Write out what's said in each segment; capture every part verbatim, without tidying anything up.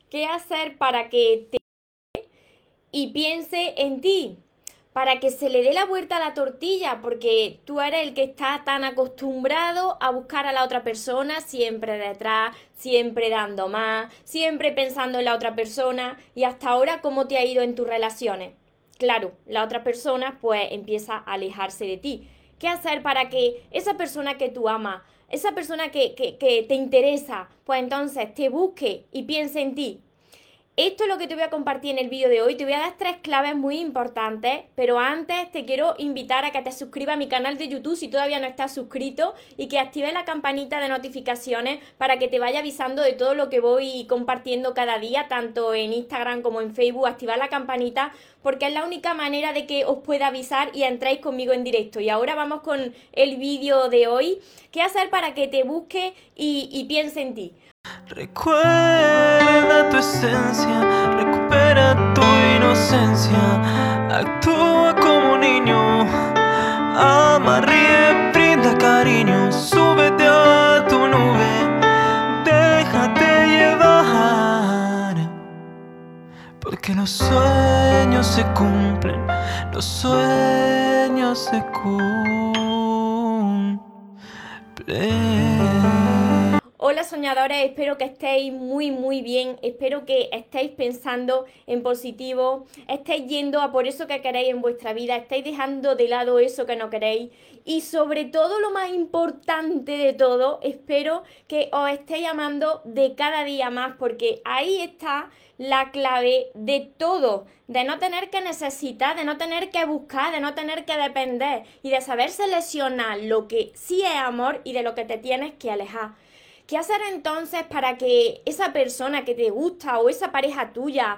¿Qué hacer para que te y piense en ti? Para que se le dé la vuelta a la tortilla, porque tú eres el que está tan acostumbrado a buscar a la otra persona siempre detrás, siempre dando más, siempre pensando en la otra persona y hasta ahora cómo te ha ido en tus relaciones. Claro, la otra persona pues empieza a alejarse de ti. ¿Qué hacer para que esa persona que tú amas, esa persona que, que, que te interesa, pues entonces te busque y piense en ti? Esto es lo que te voy a compartir en el vídeo de hoy. Te voy a dar tres claves muy importantes, pero antes te quiero invitar a que te suscribas a mi canal de YouTube si todavía no estás suscrito y que actives la campanita de notificaciones para que te vaya avisando de todo lo que voy compartiendo cada día, tanto en Instagram como en Facebook. Activar la campanita porque es la única manera de que os pueda avisar y entréis conmigo en directo. Y ahora vamos con el vídeo de hoy. ¿Qué hacer para que te busque y, y piense en ti? Recuerda tu esencia, recupera tu inocencia, actúa como un niño, ama, ríe, brinda cariño, súbete a tu nube, déjate llevar, porque los sueños se cumplen, los sueños se cumplen. Hola soñadores, espero que estéis muy muy bien, espero que estéis pensando en positivo, estéis yendo a por eso que queréis en vuestra vida, estéis dejando de lado eso que no queréis y sobre todo lo más importante de todo, espero que os estéis amando de cada día más porque ahí está la clave de todo, de no tener que necesitar, de no tener que buscar, de no tener que depender y de saber seleccionar lo que sí es amor y de lo que te tienes que alejar. ¿Qué hacer entonces para que esa persona que te gusta o esa pareja tuya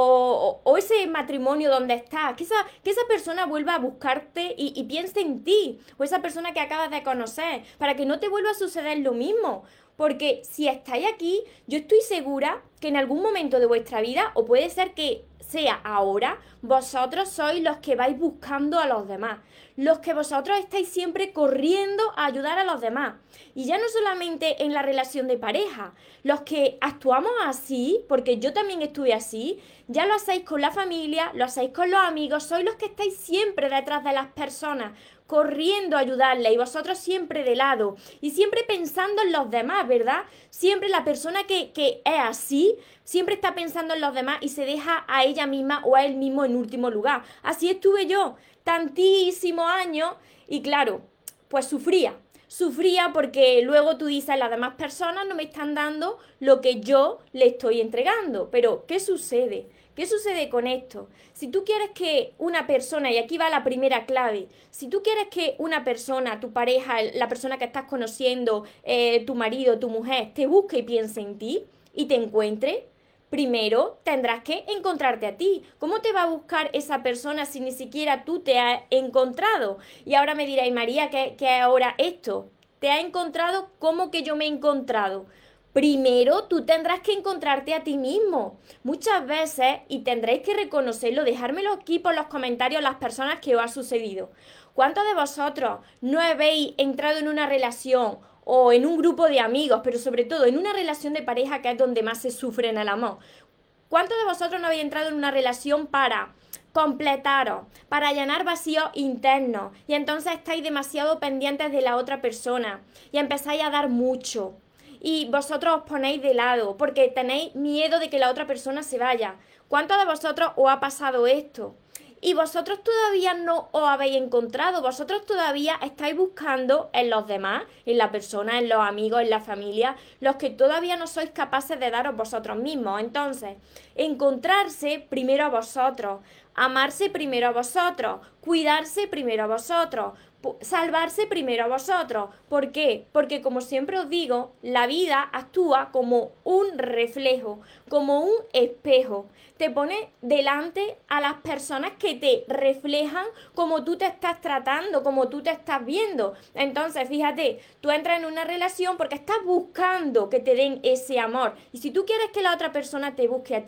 o, o, o ese matrimonio donde estás, que esa, que esa persona vuelva a buscarte y, y piense en ti o esa persona que acabas de conocer para que no te vuelva a suceder lo mismo? Porque si estáis aquí, yo estoy segura que en algún momento de vuestra vida, o puede ser que sea ahora, vosotros sois los que vais buscando a los demás, los que vosotros estáis siempre corriendo a ayudar a los demás. Y ya no solamente en la relación de pareja, los que actuamos así, porque yo también estuve así, ya lo hacéis con la familia, lo hacéis con los amigos, sois los que estáis siempre detrás de las personas, corriendo a ayudarle y vosotros siempre de lado y siempre pensando en los demás, ¿verdad? Siempre la persona que, que es así, siempre está pensando en los demás y se deja a ella misma o a él mismo en último lugar. Así estuve yo tantísimos años y claro, pues sufría. Sufría porque luego tú dices, las demás personas no me están dando lo que yo le estoy entregando. Pero, ¿qué sucede? ¿Qué sucede con esto? Si tú quieres que una persona, y aquí va la primera clave, si tú quieres que una persona, tu pareja, la persona que estás conociendo, eh, tu marido, tu mujer, te busque y piense en ti y te encuentre, primero tendrás que encontrarte a ti. ¿Cómo te va a buscar esa persona si ni siquiera tú te has encontrado? Y ahora me diréis, María, ¿qué, qué es ahora esto? ¿Te ha encontrado? ¿Cómo que yo me he encontrado? Primero tú tendrás que encontrarte a ti mismo. Muchas veces, y tendréis que reconocerlo, dejármelo aquí por los comentarios las personas que os ha sucedido. ¿Cuántos de vosotros no habéis entrado en una relación o en un grupo de amigos, pero sobre todo en una relación de pareja que es donde más se sufre en el amor? ¿Cuántos de vosotros no habéis entrado en una relación para completaros, para llenar vacíos internos y entonces estáis demasiado pendientes de la otra persona y empezáis a dar mucho? Y vosotros os ponéis de lado porque tenéis miedo de que la otra persona se vaya. ¿Cuántos de vosotros os ha pasado esto? Y vosotros todavía no os habéis encontrado, vosotros todavía estáis buscando en los demás, en la persona, en los amigos, en la familia, los que todavía no sois capaces de daros vosotros mismos. Entonces, encontrarse primero a vosotros, amarse primero a vosotros, cuidarse primero a vosotros, salvarse primero a vosotros. ¿Por qué? Porque como siempre os digo, la vida actúa como un reflejo, como un espejo. Te pone delante a las personas que te reflejan como tú te estás tratando, como tú te estás viendo. Entonces, fíjate, tú entras en una relación porque estás buscando que te den ese amor. Y si tú quieres que la otra persona te busque a ti,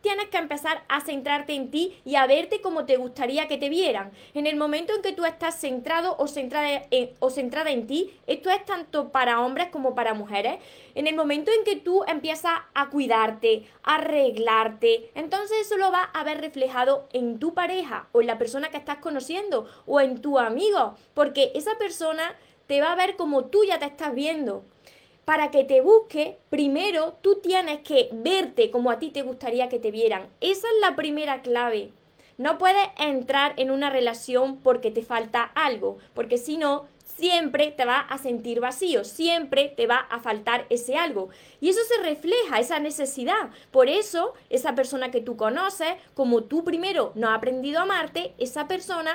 tienes que empezar a centrarte en ti y a verte como te gustaría que te vieran. En el momento en que tú estás centrado o centrada en, o centrada en ti, esto es tanto para hombres como para mujeres, en el momento en que tú empiezas a cuidarte, a arreglarte, entonces eso lo vas a ver reflejado en tu pareja o en la persona que estás conociendo o en tu amigo, porque esa persona te va a ver como tú ya te estás viendo. Para que te busque, primero tú tienes que verte como a ti te gustaría que te vieran. Esa es la primera clave. No puedes entrar en una relación porque te falta algo, porque si no, siempre te vas a sentir vacío, siempre te va a faltar ese algo. Y eso se refleja, esa necesidad. Por eso, esa persona que tú conoces, como tú primero no has aprendido a amarte, esa persona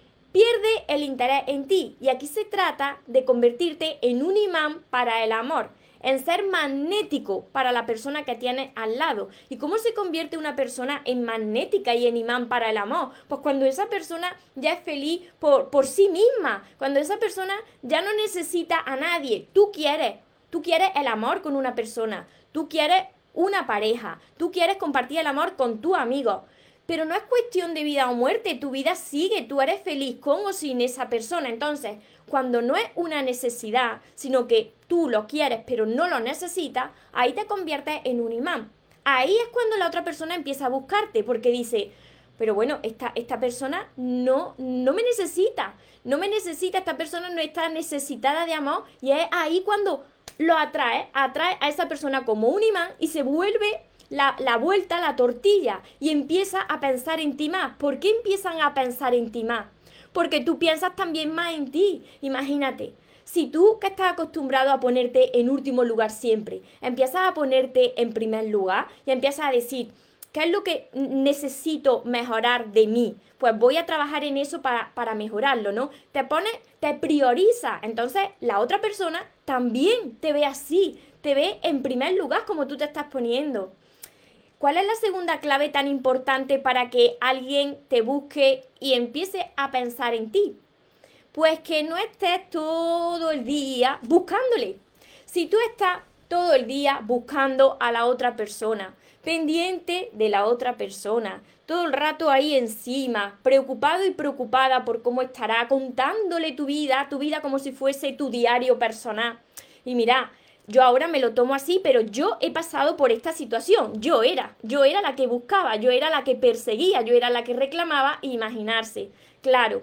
pierde el interés en ti. Y aquí se trata de convertirte en un imán para el amor, en ser magnético para la persona que tienes al lado. ¿Y cómo se convierte una persona en magnética y en imán para el amor? Pues cuando esa persona ya es feliz por, por sí misma, cuando esa persona ya no necesita a nadie. Tú quieres, tú quieres el amor con una persona, tú quieres una pareja, tú quieres compartir el amor con tu amigo. Pero no es cuestión de vida o muerte, tu vida sigue, tú eres feliz con o sin esa persona. Entonces, cuando no es una necesidad, sino que tú lo quieres pero no lo necesitas, ahí te conviertes en un imán. Ahí es cuando la otra persona empieza a buscarte, porque dice, pero bueno, esta, esta persona no, no me necesita, no me necesita, esta persona no está necesitada de amor, y es ahí cuando lo atrae, atrae a esa persona como un imán y se vuelve La, la vuelta, la tortilla, y empieza a pensar en ti más. ¿Por qué empiezan a pensar en ti más? Porque tú piensas también más en ti. Imagínate, si tú que estás acostumbrado a ponerte en último lugar siempre, empiezas a ponerte en primer lugar y empiezas a decir, ¿qué es lo que necesito mejorar de mí? Pues voy a trabajar en eso para, para mejorarlo, ¿no? Te pones, te prioriza. Entonces la otra persona también te ve así, te ve en primer lugar como tú te estás poniendo. ¿Cuál es la segunda clave tan importante para que alguien te busque y empiece a pensar en ti? Pues que no estés todo el día buscándole. Si tú estás todo el día buscando a la otra persona, pendiente de la otra persona, todo el rato ahí encima, preocupado y preocupada por cómo estará, contándole tu vida, tu vida como si fuese tu diario personal. Y mira, yo ahora me lo tomo así, pero yo he pasado por esta situación. Yo era, yo era la que buscaba, yo era la que perseguía, yo era la que reclamaba. Imaginarse, claro.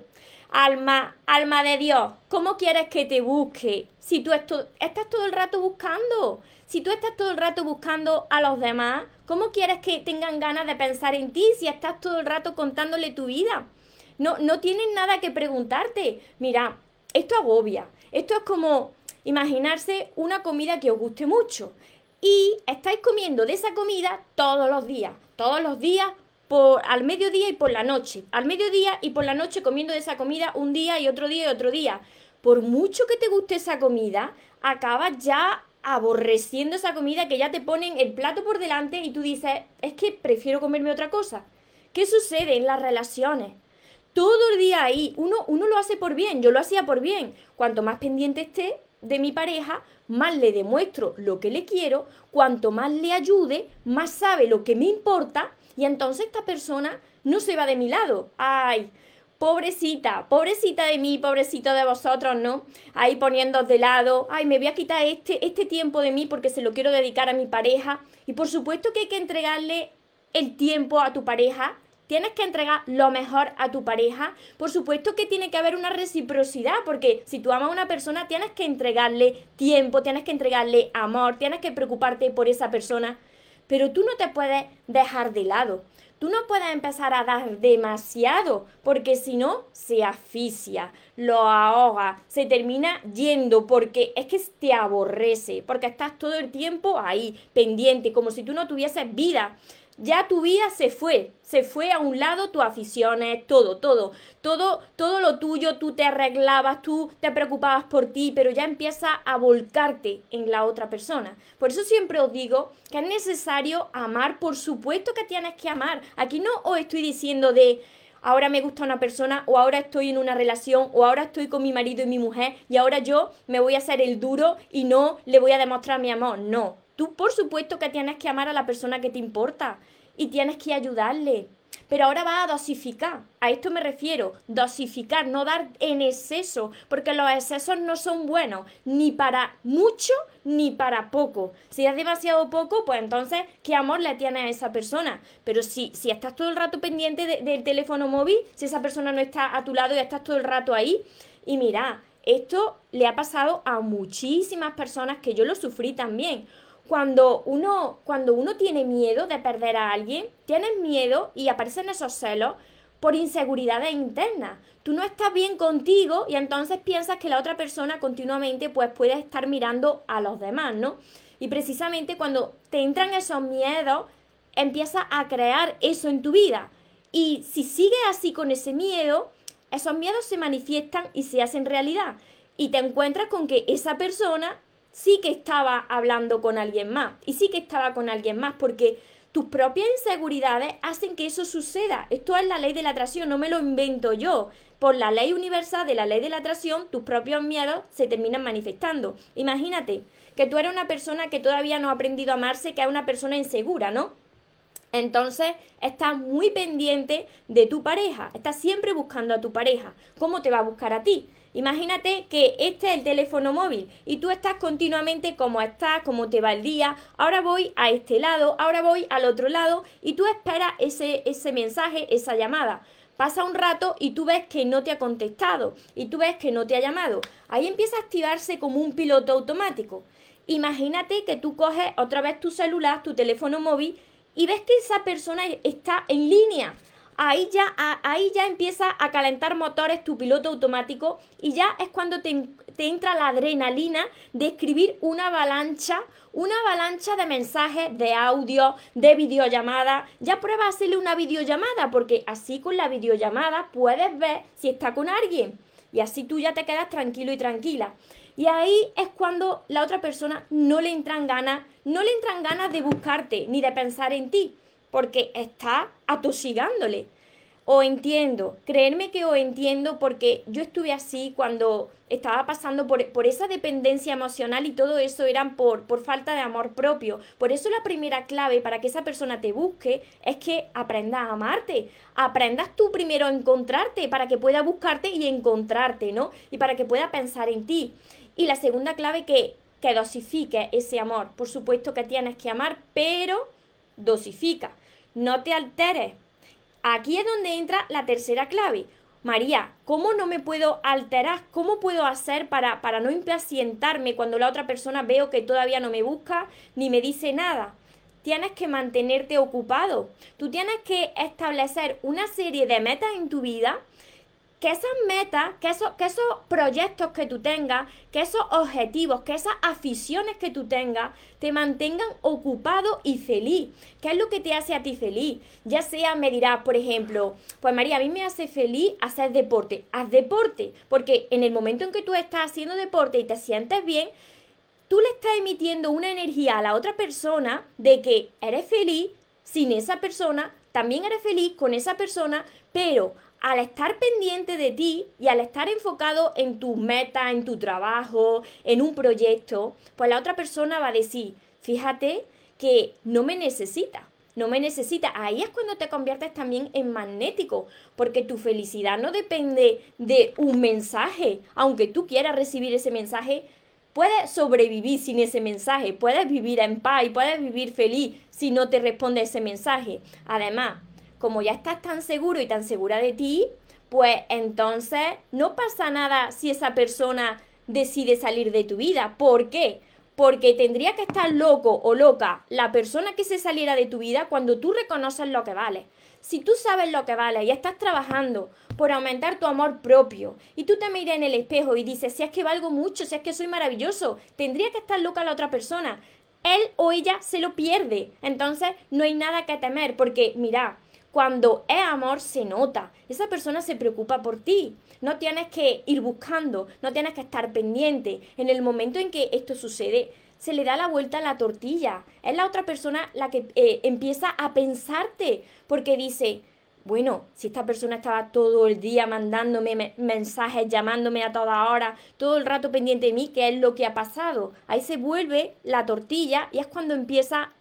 Alma, alma de Dios, ¿cómo quieres que te busque si tú esto, estás todo el rato buscando? Si tú estás todo el rato buscando a los demás, ¿cómo quieres que tengan ganas de pensar en ti si estás todo el rato contándole tu vida? No, no tienen nada que preguntarte. Mira, esto agobia. Esto es como imaginarse una comida que os guste mucho y estáis comiendo de esa comida todos los días, todos los días por, al mediodía y por la noche, al mediodía y por la noche comiendo de esa comida un día y otro día y otro día. Por mucho que te guste esa comida, acabas ya aborreciendo esa comida, que ya te ponen el plato por delante y tú dices, es que prefiero comerme otra cosa. ¿Qué sucede en las relaciones? Todo el día ahí, uno, uno lo hace por bien, yo lo hacía por bien. Cuanto más pendiente esté de mi pareja, más le demuestro lo que le quiero, cuanto más le ayude, más sabe lo que me importa, y entonces esta persona no se va de mi lado. Ay, pobrecita, pobrecita de mí, pobrecito de vosotros, ¿no? Ahí poniéndoos de lado, ay, me voy a quitar este, este tiempo de mí porque se lo quiero dedicar a mi pareja. Y por supuesto que hay que entregarle el tiempo a tu pareja. Tienes que entregar lo mejor a tu pareja. Por supuesto que tiene que haber una reciprocidad, porque si tú amas a una persona, tienes que entregarle tiempo, tienes que entregarle amor, tienes que preocuparte por esa persona. Pero tú no te puedes dejar de lado. Tú no puedes empezar a dar demasiado, porque si no, se asfixia, lo ahoga, se termina yendo, porque es que te aborrece, porque estás todo el tiempo ahí, pendiente, como si tú no tuvieses vida. Ya tu vida se fue, se fue a un lado, tus aficiones, todo, todo, todo, todo lo tuyo, tú te arreglabas, tú te preocupabas por ti, pero ya empiezas a volcarte en la otra persona. Por eso siempre os digo que es necesario amar, por supuesto que tienes que amar. Aquí no os estoy diciendo de ahora me gusta una persona, o ahora estoy en una relación, o ahora estoy con mi marido y mi mujer, y ahora yo me voy a hacer el duro y no le voy a demostrar mi amor. No. Tú, por supuesto que tienes que amar a la persona que te importa. y tienes que ayudarle. Pero ahora vas a dosificar, a esto me refiero, dosificar, no dar en exceso, porque los excesos no son buenos, ni para mucho ni para poco. Si es demasiado poco, pues entonces, ¿qué amor le tienes a esa persona? Pero si, si estás todo el rato pendiente de, del teléfono móvil, si esa persona no está a tu lado y estás todo el rato ahí, y mira, esto le ha pasado a muchísimas personas que yo lo sufrí también. Cuando uno, cuando uno tiene miedo de perder a alguien, tienes miedo y aparecen esos celos por inseguridades internas. Tú no estás bien contigo y entonces piensas que la otra persona continuamente pues puede estar mirando a los demás, ¿no? Y precisamente cuando te entran esos miedos, empiezas a crear eso en tu vida. Y si sigues así con ese miedo, esos miedos se manifiestan y se hacen realidad. Y te encuentras con que esa persona sí que estaba hablando con alguien más y sí que estaba con alguien más porque tus propias inseguridades hacen que eso suceda. Esto es la ley de la atracción, no me lo invento yo. Por la ley universal de la ley de la atracción, tus propios miedos se terminan manifestando. Imagínate que tú eres una persona que todavía no ha aprendido a amarse, que es una persona insegura, ¿no? Entonces, estás muy pendiente de tu pareja, estás siempre buscando a tu pareja. ¿Cómo te va a buscar a ti? Imagínate que este es el teléfono móvil y tú estás continuamente como estás, cómo te va el día, ahora voy a este lado, ahora voy al otro lado y tú esperas ese, ese mensaje, esa llamada. Pasa un rato y tú ves que no te ha contestado y tú ves que no te ha llamado. Ahí empieza a activarse como un piloto automático. Imagínate que tú coges otra vez tu celular, tu teléfono móvil y ves que esa persona está en línea. Ahí ya, ahí ya empieza a calentar motores tu piloto automático y ya es cuando te, te entra la adrenalina de escribir una avalancha, una avalancha de mensajes, de audio, de videollamada. Ya prueba a hacerle una videollamada porque así con la videollamada puedes ver si está con alguien y así tú ya te quedas tranquilo y tranquila. Y ahí es cuando la otra persona no le entran ganas, no le entran ganas de buscarte ni de pensar en ti. Porque está atosigándole. Os entiendo, creerme que os entiendo porque yo estuve así cuando estaba pasando por, por esa dependencia emocional y todo eso eran por, por falta de amor propio. Por eso la primera clave para que esa persona te busque es que aprendas a amarte. Aprendas tú primero a encontrarte para que pueda buscarte y encontrarte, ¿no? Y para que pueda pensar en ti. Y la segunda clave que, que dosifique ese amor. Por supuesto que tienes que amar, pero dosifica, no te alteres. Aquí es donde entra la tercera clave. María, ¿cómo no me puedo alterar? ¿Cómo puedo hacer para, para no impacientarme cuando la otra persona veo que todavía no me busca ni me dice nada? Tienes que mantenerte ocupado. Tú tienes que establecer una serie de metas en tu vida, que esas metas, que esos, que esos proyectos que tú tengas, que esos objetivos, que esas aficiones que tú tengas, te mantengan ocupado y feliz. ¿Qué es lo que te hace a ti feliz? Ya sea, me dirás, por ejemplo, pues María, a mí me hace feliz hacer deporte. Haz deporte, porque en el momento en que tú estás haciendo deporte y te sientes bien, tú le estás emitiendo una energía a la otra persona de que eres feliz sin esa persona, también eres feliz con esa persona, pero al estar pendiente de ti y al estar enfocado en tus metas, en tu trabajo, en un proyecto, pues la otra persona va a decir, fíjate que no me necesita, no me necesita. Ahí es cuando te conviertes también en magnético, porque tu felicidad no depende de un mensaje, aunque tú quieras recibir ese mensaje. Puedes sobrevivir sin ese mensaje, puedes vivir en paz y puedes vivir feliz si no te responde ese mensaje. Además, como ya estás tan seguro y tan segura de ti, pues entonces no pasa nada si esa persona decide salir de tu vida. ¿Por qué? Porque tendría que estar loco o loca la persona que se saliera de tu vida cuando tú reconoces lo que vales. Si tú sabes lo que vales y estás trabajando por aumentar tu amor propio y tú te miras en el espejo y dices, si es que valgo mucho, si es que soy maravilloso, tendría que estar loca la otra persona. Él o ella se lo pierde. Entonces no hay nada que temer porque, mira, cuando es amor se nota, esa persona se preocupa por ti, no tienes que ir buscando, no tienes que estar pendiente. En el momento en que esto sucede, se le da la vuelta a la tortilla, es la otra persona la que eh, empieza a pensarte, porque dice, bueno, si esta persona estaba todo el día mandándome me mensajes, llamándome a toda hora, todo el rato pendiente de mí, ¿qué es lo que ha pasado? Ahí se vuelve la tortilla y es cuando empieza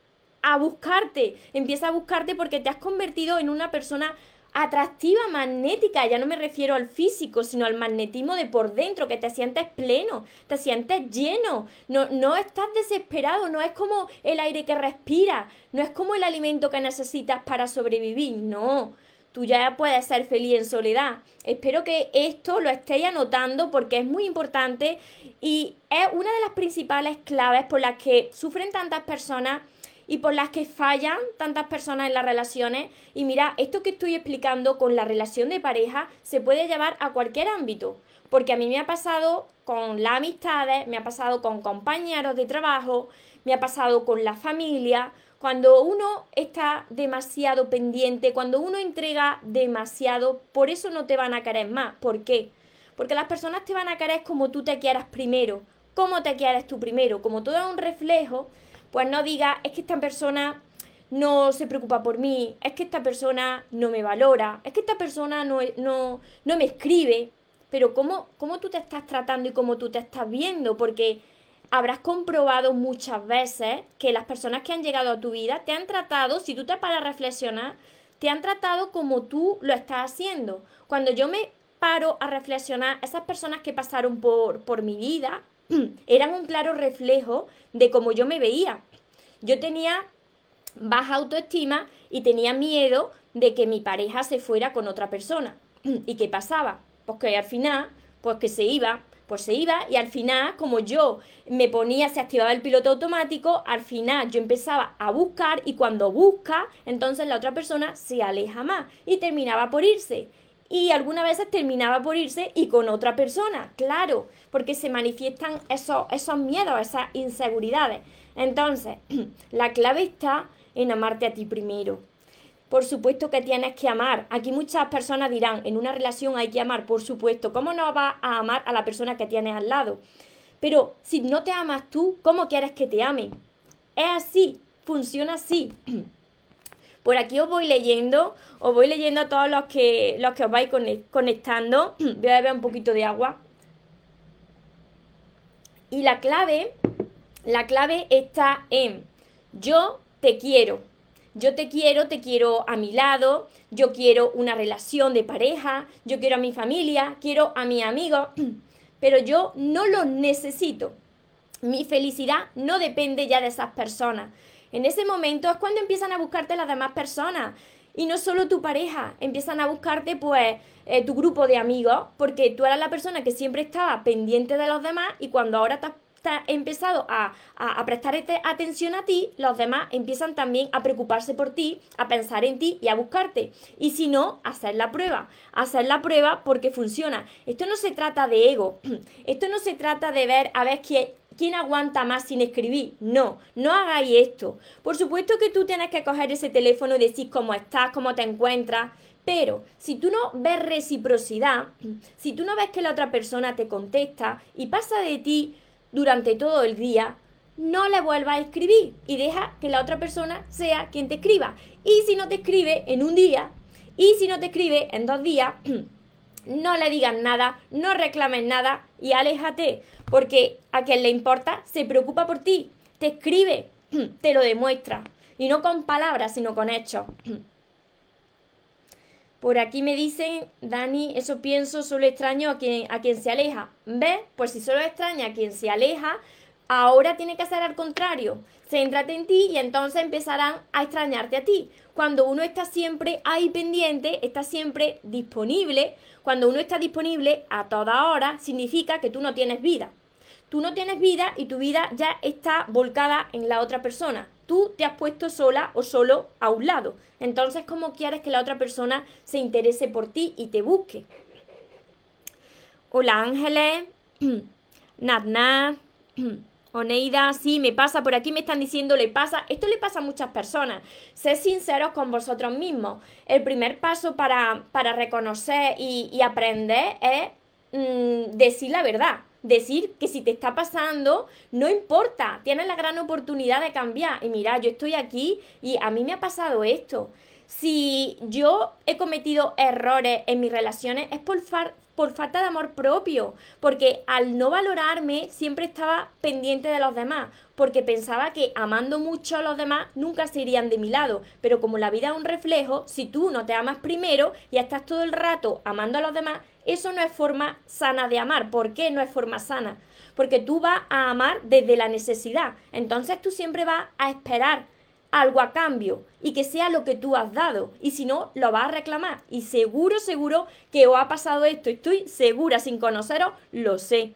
a buscarte, empieza a buscarte porque te has convertido en una persona atractiva, magnética. Ya no me refiero al físico, sino al magnetismo de por dentro, que te sientes pleno, te sientes lleno, no, no estás desesperado, no es como el aire que respiras, no es como el alimento que necesitas para sobrevivir, no. Tú ya puedes ser feliz en soledad. Espero que esto lo estéis anotando porque es muy importante y es una de las principales claves por las que sufren tantas personas y por las que fallan tantas personas en las relaciones. Y mira, esto que estoy explicando con la relación de pareja se puede llevar a cualquier ámbito, porque a mí me ha pasado con las amistades, me ha pasado con compañeros de trabajo, me ha pasado con la familia. Cuando uno está demasiado pendiente, cuando uno entrega demasiado, por eso no te van a querer más. ¿Por qué? Porque las personas te van a querer como tú te quieras primero, como te quieres tú primero, como todo es un reflejo. Pues no digas, es que esta persona no se preocupa por mí, es que esta persona no me valora, es que esta persona no, no, no me escribe. Pero ¿cómo, cómo tú te estás tratando y cómo tú te estás viendo? Porque habrás comprobado muchas veces que las personas que han llegado a tu vida te han tratado, si tú te paras a reflexionar, te han tratado como tú lo estás haciendo. Cuando yo me paro a reflexionar, esas personas que pasaron por, por mi vida eran un claro reflejo de cómo yo me veía. Yo tenía baja autoestima y tenía miedo de que mi pareja se fuera con otra persona. ¿Y qué pasaba? Pues que al final, pues que se iba, pues se iba y al final, como yo me ponía, se activaba el piloto automático, al final yo empezaba a buscar y cuando busca, entonces la otra persona se aleja más y terminaba por irse. Y algunas veces terminaba por irse y con otra persona, claro, porque se manifiestan esos, esos miedos, esas inseguridades. Entonces, la clave está en amarte a ti primero. Por supuesto que tienes que amar. Aquí muchas personas dirán, en una relación hay que amar, por supuesto. ¿Cómo no vas a amar a la persona que tienes al lado? Pero si no te amas tú, ¿cómo quieres que te amen? Es así, funciona así. Por aquí os voy leyendo, os voy leyendo a todos los que, los que os vais conectando. Voy a beber un poquito de agua. Y la clave, la clave está en yo te quiero. Yo te quiero, te quiero a mi lado, yo quiero una relación de pareja, yo quiero a mi familia, quiero a mis amigos, pero yo no los necesito. Mi felicidad no depende ya de esas personas. En ese momento es cuando empiezan a buscarte las demás personas. Y no solo tu pareja, empiezan a buscarte pues eh, tu grupo de amigos, porque tú eras la persona que siempre estaba pendiente de los demás y cuando ahora te has has empezado a, a, a prestar atención a ti, los demás empiezan también a preocuparse por ti, a pensar en ti y a buscarte. Y si no, hacer la prueba. Hacer la prueba porque funciona. Esto no se trata de ego. Esto no se trata de ver a ver quién, quién aguanta más sin escribir. No, no hagáis esto. Por supuesto que tú tienes que coger ese teléfono y decir cómo estás, cómo te encuentras. Pero si tú no ves reciprocidad, si tú no ves que la otra persona te contesta y pasa de ti durante todo el día, no le vuelvas a escribir y deja que la otra persona sea quien te escriba. Y si no te escribe en un día, y si no te escribe en dos días, no le digas nada, no reclames nada y aléjate, porque a quien le importa se preocupa por ti, te escribe, te lo demuestra, y no con palabras, sino con hechos. Por aquí me dicen, Dani, eso pienso, solo extraño a quien, a quien se aleja. ¿Ves? Pues si solo extraña a quien se aleja, ahora tiene que hacer al contrario. Céntrate en ti y entonces empezarán a extrañarte a ti. Cuando uno está siempre ahí pendiente, está siempre disponible. Cuando uno está disponible a toda hora, significa que tú no tienes vida. Tú no tienes vida y tu vida ya está volcada en la otra persona. Tú te has puesto sola o solo a un lado. Entonces, ¿cómo quieres que la otra persona se interese por ti y te busque? Hola Ángeles, Natna, Oneida, sí, me pasa, por aquí me están diciendo, le pasa, esto le pasa a muchas personas. Sed sinceros con vosotros mismos. El primer paso para, para reconocer y, y aprender es mmm, decir la verdad. Decir que si te está pasando, no importa, tienes la gran oportunidad de cambiar. Y mira, yo estoy aquí y a mí me ha pasado esto. Si yo he cometido errores en mis relaciones es por, far, por falta de amor propio, porque al no valorarme siempre estaba pendiente de los demás, porque pensaba que amando mucho a los demás nunca se irían de mi lado, pero como la vida es un reflejo, si tú no te amas primero y estás todo el rato amando a los demás, eso no es forma sana de amar. ¿Por qué no es forma sana? Porque tú vas a amar desde la necesidad, entonces tú siempre vas a esperar algo a cambio y que sea lo que tú has dado, y si no, lo vas a reclamar, y seguro, seguro que os ha pasado esto, estoy segura, sin conoceros, lo sé.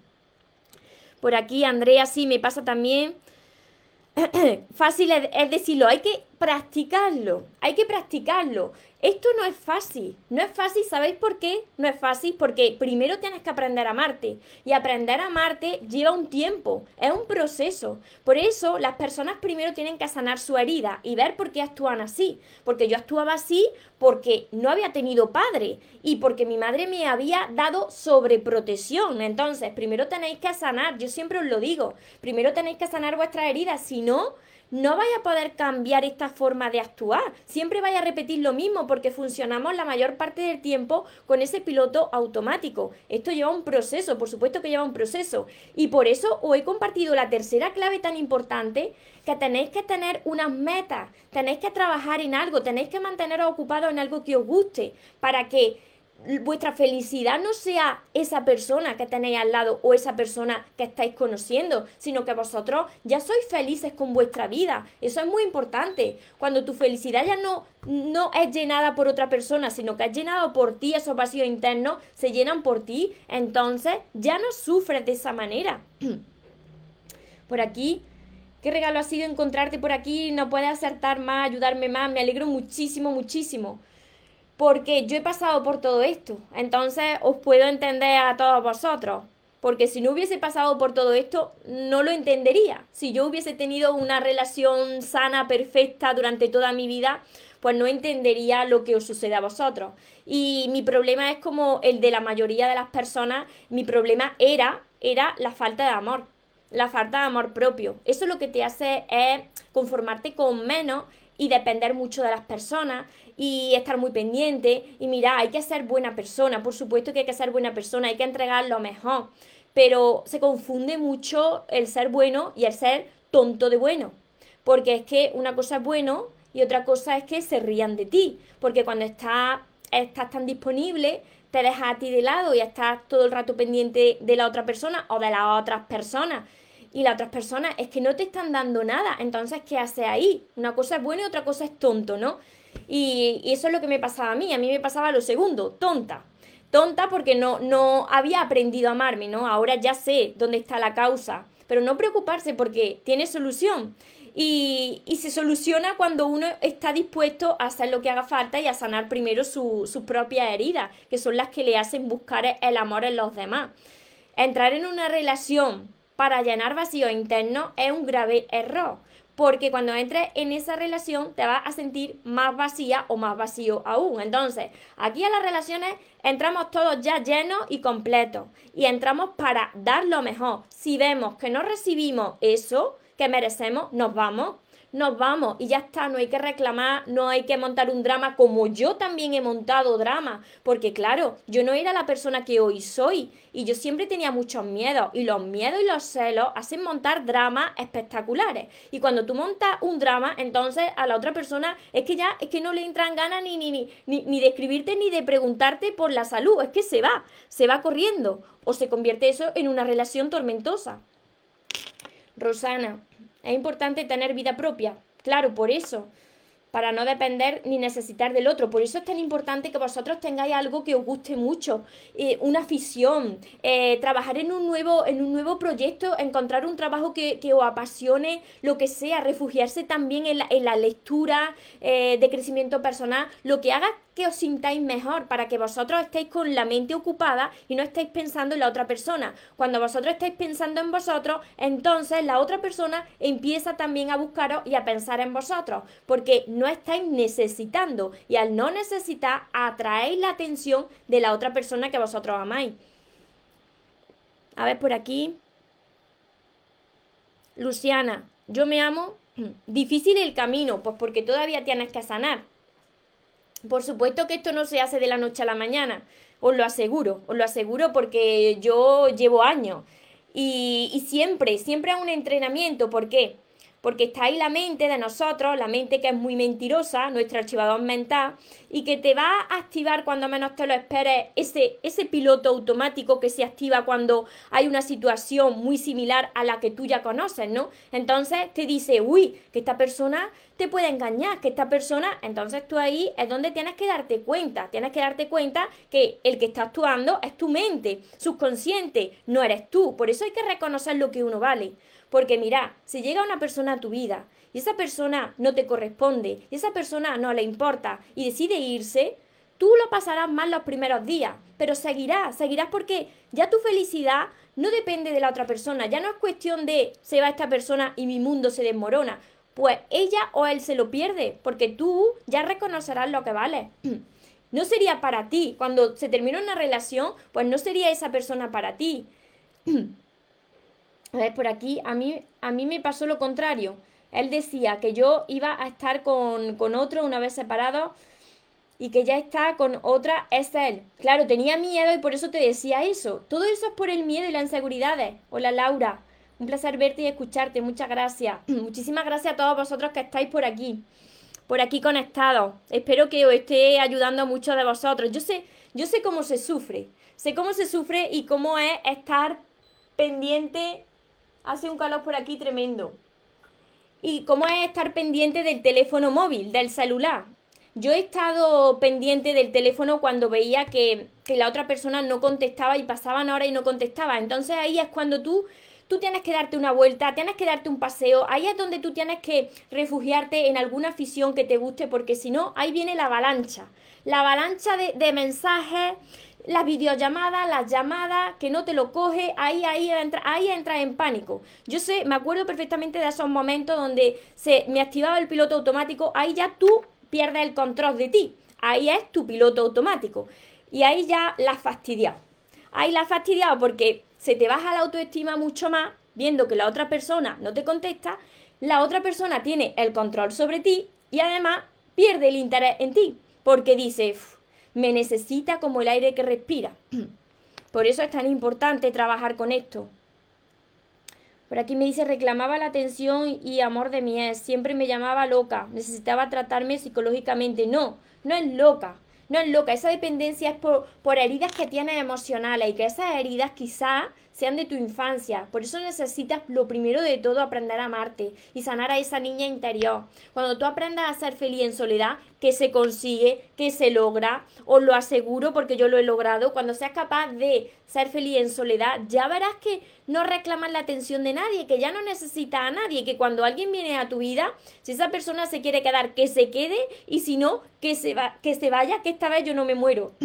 Por aquí, Andrea, sí, me pasa también. Fácil es, es decirlo, hay que practicarlo, hay que practicarlo. Esto no es fácil, no es fácil, ¿sabéis por qué? No es fácil porque primero tienes que aprender a amarte, y aprender a amarte lleva un tiempo, es un proceso. Por eso las personas primero tienen que sanar su herida y ver por qué actúan así, porque yo actuaba así porque no había tenido padre y porque mi madre me había dado sobreprotección. Entonces, primero tenéis que sanar, yo siempre os lo digo, primero tenéis que sanar vuestras heridas, si no, no vais a poder cambiar esta forma de actuar. Siempre vais a repetir lo mismo porque funcionamos la mayor parte del tiempo con ese piloto automático. Esto lleva un proceso, por supuesto que lleva un proceso. Y por eso os he compartido la tercera clave tan importante, que tenéis que tener unas metas, tenéis que trabajar en algo, tenéis que manteneros ocupados en algo que os guste, para que vuestra felicidad no sea esa persona que tenéis al lado o esa persona que estáis conociendo, sino que vosotros ya sois felices con vuestra vida. Eso es muy importante. Cuando tu felicidad ya no, no es llenada por otra persona, sino que es llenado por ti, esos vacíos internos se llenan por ti, entonces ya no sufres de esa manera. Por aquí, qué regalo ha sido encontrarte por aquí, no puedes acertar más, ayudarme más, me alegro muchísimo, muchísimo. Porque yo he pasado por todo esto, entonces os puedo entender a todos vosotros, porque si no hubiese pasado por todo esto, no lo entendería. Si yo hubiese tenido una relación sana, perfecta durante toda mi vida, pues no entendería lo que os sucede a vosotros. Y mi problema es como el de la mayoría de las personas, mi problema era, era la falta de amor, la falta de amor propio. Eso lo que te hace es conformarte con menos y depender mucho de las personas y estar muy pendiente. Y mira, hay que ser buena persona, por supuesto que hay que ser buena persona, hay que entregar lo mejor, pero se confunde mucho el ser bueno y el ser tonto de bueno, porque es que una cosa es bueno y otra cosa es que se rían de ti, porque cuando estás, estás tan disponible, te dejas a ti de lado y estás todo el rato pendiente de la otra persona o de las otras personas. Y las otras personas es que no te están dando nada. Entonces, ¿qué haces ahí? Una cosa es buena y otra cosa es tonto, ¿no? Y, y eso es lo que me pasaba a mí. A mí me pasaba lo segundo, tonta. Tonta porque no, no había aprendido a amarme, ¿no? Ahora ya sé dónde está la causa. Pero no preocuparse porque tiene solución. Y, y se soluciona cuando uno está dispuesto a hacer lo que haga falta y a sanar primero su, sus propias heridas, que son las que le hacen buscar el amor en los demás. Entrar en una relación para llenar vacíos internos es un grave error, porque cuando entres en esa relación te vas a sentir más vacía o más vacío aún. Entonces, aquí a las relaciones entramos todos ya llenos y completos, y entramos para dar lo mejor. Si vemos que no recibimos eso que merecemos, nos vamos. Nos vamos y ya está, no hay que reclamar, no hay que montar un drama, como yo también he montado drama, porque claro, yo no era la persona que hoy soy y yo siempre tenía muchos miedos, y los miedos y los celos hacen montar dramas espectaculares, y cuando tú montas un drama, entonces a la otra persona es que ya es que no le entran ganas ni, ni, ni, ni, ni de escribirte ni de preguntarte por la salud, es que se va, se va corriendo, o se convierte eso en una relación tormentosa. Rosana, es importante tener vida propia, claro, por eso, para no depender ni necesitar del otro. Por eso es tan importante que vosotros tengáis algo que os guste mucho, eh, una afición, eh, trabajar en un nuevo, en un nuevo proyecto, encontrar un trabajo que, que os apasione, lo que sea, refugiarse también en la, en la lectura eh, de crecimiento personal, lo que haga que os sintáis mejor, para que vosotros estéis con la mente ocupada y no estéis pensando en la otra persona. Cuando vosotros estáis pensando en vosotros, entonces la otra persona empieza también a buscaros y a pensar en vosotros, porque no estáis necesitando, y al no necesitar atraéis la atención de la otra persona que vosotros amáis. A ver por aquí. Luciana, yo me amo. Difícil el camino, pues porque todavía tienes que sanar. Por supuesto que esto no se hace de la noche a la mañana, os lo aseguro, os lo aseguro porque yo llevo años y, y siempre, siempre es un entrenamiento. ¿Por qué? Porque está ahí la mente de nosotros, la mente que es muy mentirosa, nuestro archivador mental, y que te va a activar cuando menos te lo esperes ese, ese piloto automático que se activa cuando hay una situación muy similar a la que tú ya conoces, ¿no? Entonces te dice, uy, que esta persona te puede engañar, que esta persona, entonces tú ahí es donde tienes que darte cuenta, tienes que darte cuenta que el que está actuando es tu mente, subconsciente, no eres tú, por eso hay que reconocer lo que uno vale. Porque mira, si llega una persona a tu vida y esa persona no te corresponde y esa persona no le importa y decide irse, tú lo pasarás mal los primeros días, pero seguirás, seguirás porque ya tu felicidad no depende de la otra persona, ya no es cuestión de se va esta persona y mi mundo se desmorona, pues ella o él se lo pierde, porque tú ya reconocerás lo que vale. No sería para ti, cuando se termina una relación, pues no sería esa persona para ti. A ver, por aquí, a mí, a mí me pasó lo contrario. Él decía que yo iba a estar con, con otro una vez separado y que ya está con otra, es él. Claro, tenía miedo y por eso te decía eso. Todo eso es por el miedo y las inseguridades. Hola Laura, un placer verte y escucharte, muchas gracias. Muchísimas gracias a todos vosotros que estáis por aquí, por aquí conectados. Espero que os esté ayudando a muchos de vosotros. Yo sé, yo sé cómo se sufre, sé cómo se sufre y cómo es estar pendiente. Hace un calor por aquí tremendo. Y cómo es estar pendiente del teléfono móvil, del celular. Yo he estado pendiente del teléfono cuando veía que, que la otra persona no contestaba y pasaban horas y no contestaba. Entonces ahí es cuando tú, tú tienes que darte una vuelta, tienes que darte un paseo. Ahí es donde tú tienes que refugiarte en alguna afición que te guste, porque si no, ahí viene la avalancha. La avalancha de, de mensajes, las videollamadas, las llamadas, que no te lo coge, ahí, ahí, entra, ahí entras en pánico. Yo sé, me acuerdo perfectamente de esos momentos donde se me activaba el piloto automático, ahí ya tú pierdes el control de ti, ahí es tu piloto automático. Y ahí ya la has fastidiado. Ahí la has fastidiado porque se te baja la autoestima mucho más, viendo que la otra persona no te contesta, la otra persona tiene el control sobre ti y además pierde el interés en ti, porque dice, me necesita como el aire que respira. Por eso es tan importante trabajar con esto. Por aquí me dice, reclamaba la atención y amor de mi ex, siempre me llamaba loca, necesitaba tratarme psicológicamente. No, no es loca, no es loca, esa dependencia es por, por heridas que tienes emocionales y que esas heridas quizás sean de tu infancia. Por eso necesitas lo primero de todo aprender a amarte y sanar a esa niña interior. Cuando tú aprendas a ser feliz en soledad, que se consigue, que se logra, os lo aseguro porque yo lo he logrado, cuando seas capaz de ser feliz en soledad, ya verás que no reclamas la atención de nadie, que ya no necesitas a nadie, que cuando alguien viene a tu vida, si esa persona se quiere quedar, que se quede, y si no, que se, va, que se vaya, que esta vez yo no me muero.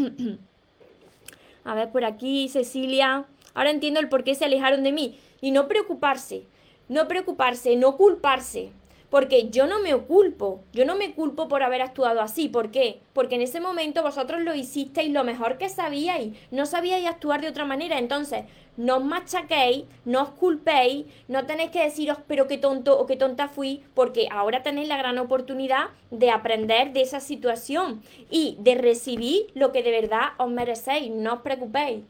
A ver, por aquí, Cecilia, ahora entiendo el por qué se alejaron de mí. Y no preocuparse, no preocuparse, no culparse. Porque yo no me culpo, yo no me culpo por haber actuado así. ¿Por qué? Porque en ese momento vosotros lo hicisteis lo mejor que sabíais, no sabíais actuar de otra manera. Entonces, no os machaquéis, no os culpéis, no tenéis que deciros, pero qué tonto o qué tonta fui, porque ahora tenéis la gran oportunidad de aprender de esa situación y de recibir lo que de verdad os merecéis. No os preocupéis.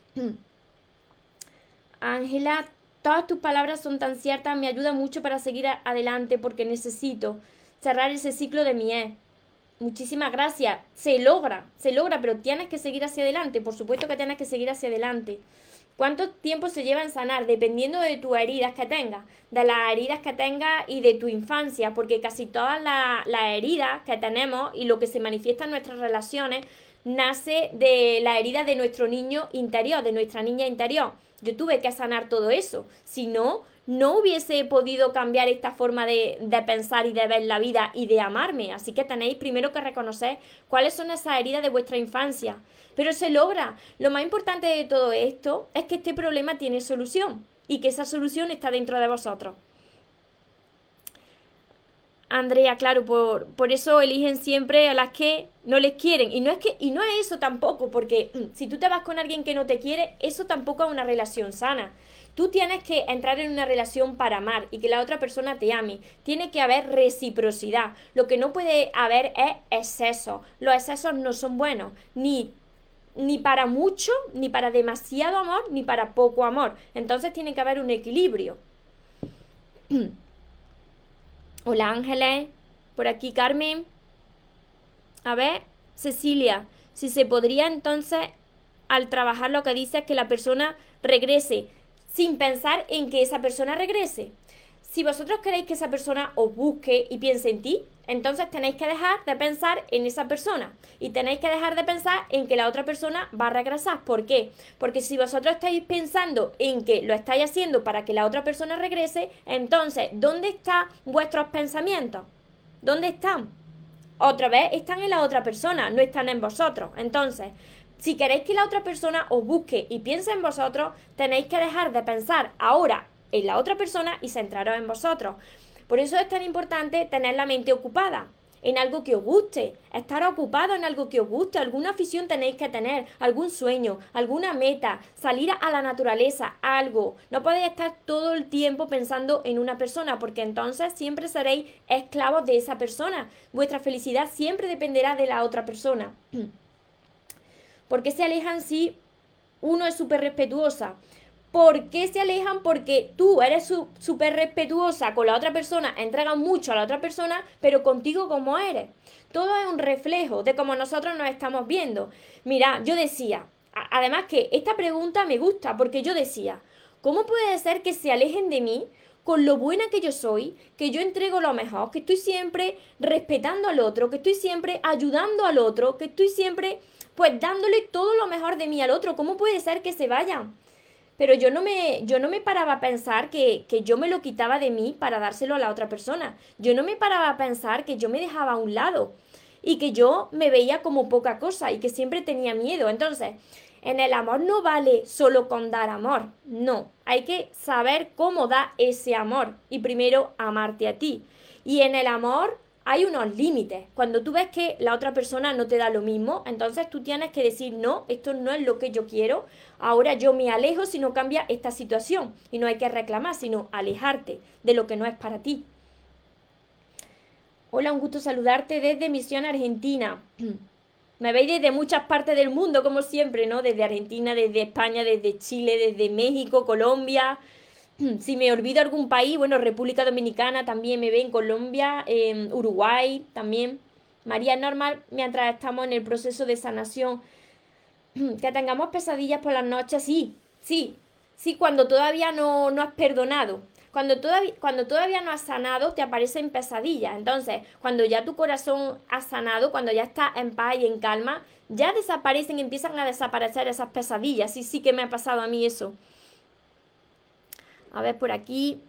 Ángela, todas tus palabras son tan ciertas, me ayuda mucho para seguir adelante porque necesito cerrar ese ciclo de mi ex. Muchísimas gracias. Se logra, se logra, pero tienes que seguir hacia adelante. Por supuesto que tienes que seguir hacia adelante. ¿Cuánto tiempo se lleva en sanar? Dependiendo de tus heridas que tengas, de las heridas que tengas y de tu infancia, porque casi todas las la heridas que tenemos y lo que se manifiesta en nuestras relaciones nace de la herida de nuestro niño interior, de nuestra niña interior. Yo tuve que sanar todo eso, si no, no hubiese podido cambiar esta forma de, de pensar y de ver la vida y de amarme. Así que tenéis primero que reconocer cuáles son esas heridas de vuestra infancia. Pero se logra. Lo más importante de todo esto es que este problema tiene solución y que esa solución está dentro de vosotros. Andrea, claro, por, por eso eligen siempre a las que no les quieren. Y no es que, y no es eso tampoco, porque si tú te vas con alguien que no te quiere, eso tampoco es una relación sana. Tú tienes que entrar en una relación para amar y que la otra persona te ame. Tiene que haber reciprocidad. Lo que no puede haber es exceso. Los excesos no son buenos, ni ni para mucho, ni para demasiado amor, ni para poco amor. Entonces tiene que haber un equilibrio. Hola Ángeles, por aquí Carmen. A ver, Cecilia, si se podría entonces, al trabajar lo que dice es que la persona regrese, sin pensar en que esa persona regrese. Si vosotros queréis que esa persona os busque y piense en ti, entonces tenéis que dejar de pensar en esa persona y tenéis que dejar de pensar en que la otra persona va a regresar. ¿Por qué? Porque si vosotros estáis pensando en que lo estáis haciendo para que la otra persona regrese, entonces, ¿dónde están vuestros pensamientos? ¿Dónde están? Otra vez están en la otra persona, no están en vosotros. Entonces, si queréis que la otra persona os busque y piense en vosotros, tenéis que dejar de pensar ahora en la otra persona y centraros en vosotros. Por eso es tan importante tener la mente ocupada en algo que os guste, estar ocupado en algo que os guste, alguna afición tenéis que tener, algún sueño, alguna meta, salir a la naturaleza, algo. No podéis estar todo el tiempo pensando en una persona, porque entonces siempre seréis esclavos de esa persona. Vuestra felicidad siempre dependerá de la otra persona. ¿Por qué se alejan si uno es súper respetuosa? ¿Por qué se alejan? Porque tú eres súper respetuosa con la otra persona, entregas mucho a la otra persona, pero contigo como eres. Todo es un reflejo de cómo nosotros nos estamos viendo. Mira, yo decía, además que esta pregunta me gusta, porque yo decía, ¿cómo puede ser que se alejen de mí con lo buena que yo soy, que yo entrego lo mejor, que estoy siempre respetando al otro, que estoy siempre ayudando al otro, que estoy siempre pues dándole todo lo mejor de mí al otro? ¿Cómo puede ser que se vayan? Pero yo no me, yo no me paraba a pensar que, que yo me lo quitaba de mí para dárselo a la otra persona. Yo no me paraba a pensar que yo me dejaba a un lado y que yo me veía como poca cosa y que siempre tenía miedo. Entonces, en el amor no vale solo con dar amor. No, hay que saber cómo dar ese amor y primero amarte a ti. Y en el amor hay unos límites. Cuando tú ves que la otra persona no te da lo mismo, entonces tú tienes que decir, no, esto no es lo que yo quiero, ahora yo me alejo si no cambia esta situación. Y no hay que reclamar, sino alejarte de lo que no es para ti. Hola, un gusto saludarte desde Misión Argentina. Me veis desde muchas partes del mundo, como siempre, ¿no? Desde Argentina, desde España, desde Chile, desde México, Colombia. Si me olvido algún país, bueno, República Dominicana también me ve, en Colombia, eh, Uruguay también. María, es normal mientras estamos en el proceso de sanación que tengamos pesadillas por las noches, sí, sí, sí, cuando todavía no, no has perdonado. Cuando todavía, cuando todavía no has sanado, te aparecen pesadillas. Entonces, cuando ya tu corazón ha sanado, cuando ya estás en paz y en calma, ya desaparecen, empiezan a desaparecer esas pesadillas. Sí, sí que me ha pasado a mí eso. A ver, por aquí.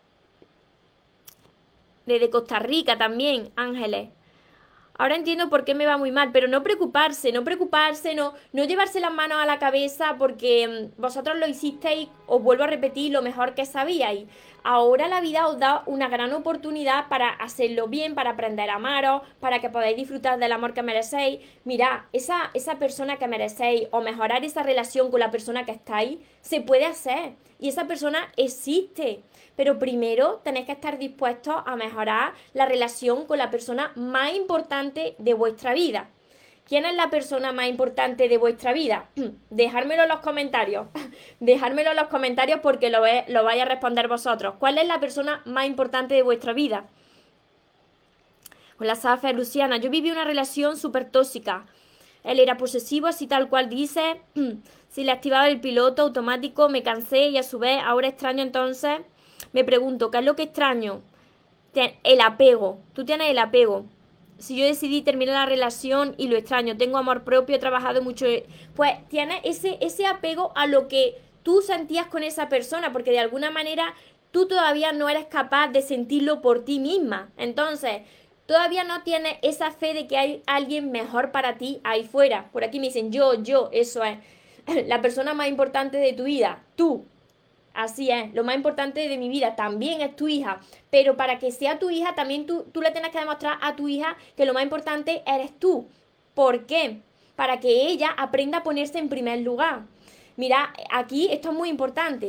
Desde Costa Rica también, Ángeles. Ahora entiendo por qué me va muy mal, pero no preocuparse, no preocuparse, no, no llevarse las manos a la cabeza porque mmm, vosotros lo hicisteis, os vuelvo a repetir, lo mejor que sabíais. Ahora la vida os da una gran oportunidad para hacerlo bien, para aprender a amaros, para que podáis disfrutar del amor que merecéis. Mirad, esa, esa persona que merecéis o mejorar esa relación con la persona que estáis, se puede hacer y esa persona existe. Pero primero tenéis que estar dispuestos a mejorar la relación con la persona más importante de vuestra vida. ¿Quién es la persona más importante de vuestra vida? Dejármelo en los comentarios. Dejármelo en los comentarios porque lo, ve, lo vais a responder vosotros. ¿Cuál es la persona más importante de vuestra vida? Hola, Safa, Luciana. Yo viví una relación súper tóxica. Él era posesivo, así tal cual dice. Si le activaba el piloto automático, me cansé y a su vez ahora extraño entonces. Me pregunto, ¿qué es lo que extraño? El apego. Tú tienes el apego. Si yo decidí terminar la relación y lo extraño, tengo amor propio, he trabajado mucho, pues tienes ese, ese apego a lo que tú sentías con esa persona, porque de alguna manera tú todavía no eres capaz de sentirlo por ti misma. Entonces, todavía no tienes esa fe de que hay alguien mejor para ti ahí fuera. Por aquí me dicen, yo, yo, eso es. La persona más importante de tu vida, tú. Así es, lo más importante de mi vida también es tu hija, pero para que sea tu hija también tú, tú le tienes que demostrar a tu hija que lo más importante eres tú. ¿Por qué? Para que ella aprenda a ponerse en primer lugar. Mira, aquí esto es muy importante.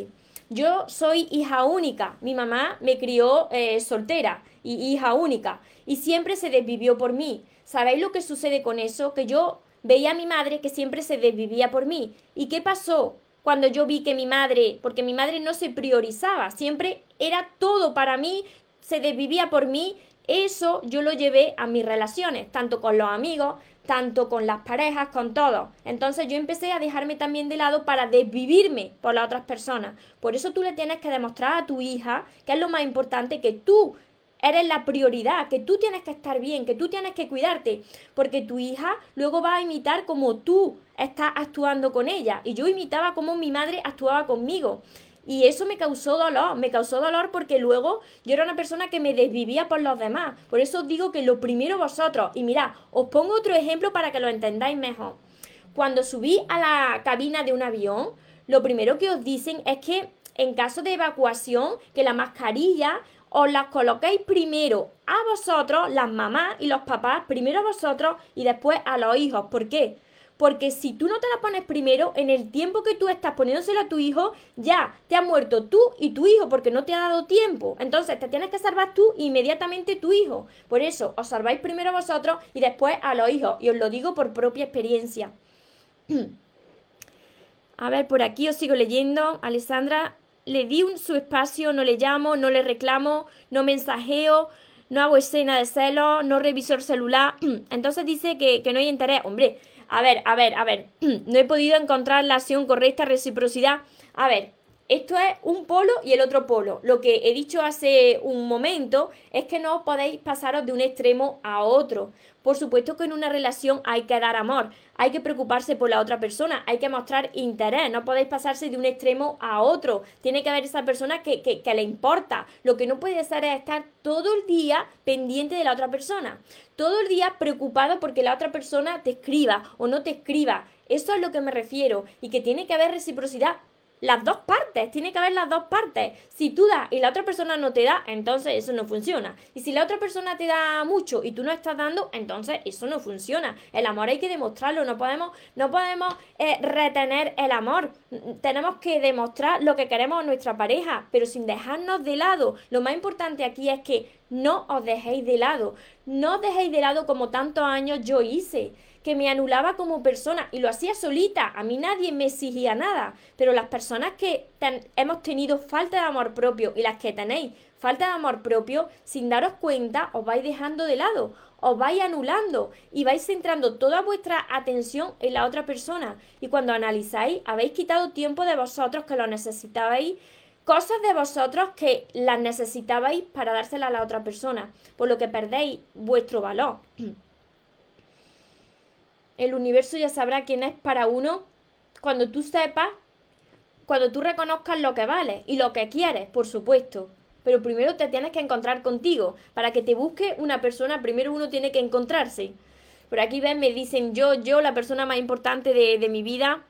Yo soy hija única, mi mamá me crió eh, soltera y hija única y siempre se desvivió por mí. ¿Sabéis lo que sucede con eso? Que yo veía a mi madre que siempre se desvivía por mí. ¿Y qué pasó? Cuando yo vi que mi madre, porque mi madre no se priorizaba, siempre era todo para mí, se desvivía por mí, eso yo lo llevé a mis relaciones, tanto con los amigos, tanto con las parejas, con todos. Entonces yo empecé a dejarme también de lado para desvivirme por las otras personas. Por eso tú le tienes que demostrar a tu hija que es lo más importante, que tú eres la prioridad, que tú tienes que estar bien, que tú tienes que cuidarte, porque tu hija luego va a imitar como tú estás actuando con ella. Y yo imitaba como mi madre actuaba conmigo. Y eso me causó dolor, me causó dolor porque luego yo era una persona que me desvivía por los demás. Por eso os digo que lo primero vosotros, y mirad, os pongo otro ejemplo para que lo entendáis mejor. Cuando subí a la cabina de un avión, lo primero que os dicen es que en caso de evacuación, que la mascarilla os las coloquéis primero a vosotros, las mamás y los papás, primero a vosotros y después a los hijos. ¿Por qué? Porque si tú no te la pones primero, en el tiempo que tú estás poniéndosela a tu hijo, ya te has muerto tú y tu hijo porque no te ha dado tiempo. Entonces te tienes que salvar tú e inmediatamente tu hijo. Por eso os salváis primero a vosotros y después a los hijos. Y os lo digo por propia experiencia. A ver, por aquí os sigo leyendo. Alessandra, le di un, su espacio, no le llamo, no le reclamo, no mensajeo, no hago escena de celos, no reviso el celular. Entonces dice que, que no hay interés. Hombre, a ver, a ver, a ver, no he podido encontrar la acción correcta, reciprocidad. A ver, esto es un polo y el otro polo. Lo que he dicho hace un momento es que no podéis pasaros de un extremo a otro. Por supuesto que en una relación hay que dar amor, hay que preocuparse por la otra persona, hay que mostrar interés, no podéis pasarse de un extremo a otro. Tiene que haber esa persona que, que, que le importa. Lo que no puede ser es estar todo el día pendiente de la otra persona, todo el día preocupado porque la otra persona te escriba o no te escriba. Eso es a lo que me refiero, y que tiene que haber reciprocidad. Las dos partes, tiene que haber las dos partes. Si tú das y la otra persona no te da, entonces eso no funciona. Y si la otra persona te da mucho y tú no estás dando, entonces eso no funciona. El amor hay que demostrarlo, no podemos, no podemos eh, retener el amor. Tenemos que demostrar lo que queremos a nuestra pareja, pero sin dejarnos de lado. Lo más importante aquí es que no os dejéis de lado. No os dejéis de lado como tantos años yo hice, que me anulaba como persona y lo hacía solita, a mí nadie me exigía nada, pero las personas que ten, hemos tenido falta de amor propio y las que tenéis falta de amor propio, sin daros cuenta os vais dejando de lado, os vais anulando y vais centrando toda vuestra atención en la otra persona, y cuando analizáis habéis quitado tiempo de vosotros que lo necesitabais, cosas de vosotros que las necesitabais para dársela a la otra persona, por lo que perdéis vuestro valor. El universo ya sabrá quién es para uno cuando tú sepas, cuando tú reconozcas lo que vales y lo que quieres, por supuesto. Pero primero te tienes que encontrar contigo. Para que te busque una persona, primero uno tiene que encontrarse. Por aquí ven, me dicen yo, yo, la persona más importante de, de mi vida.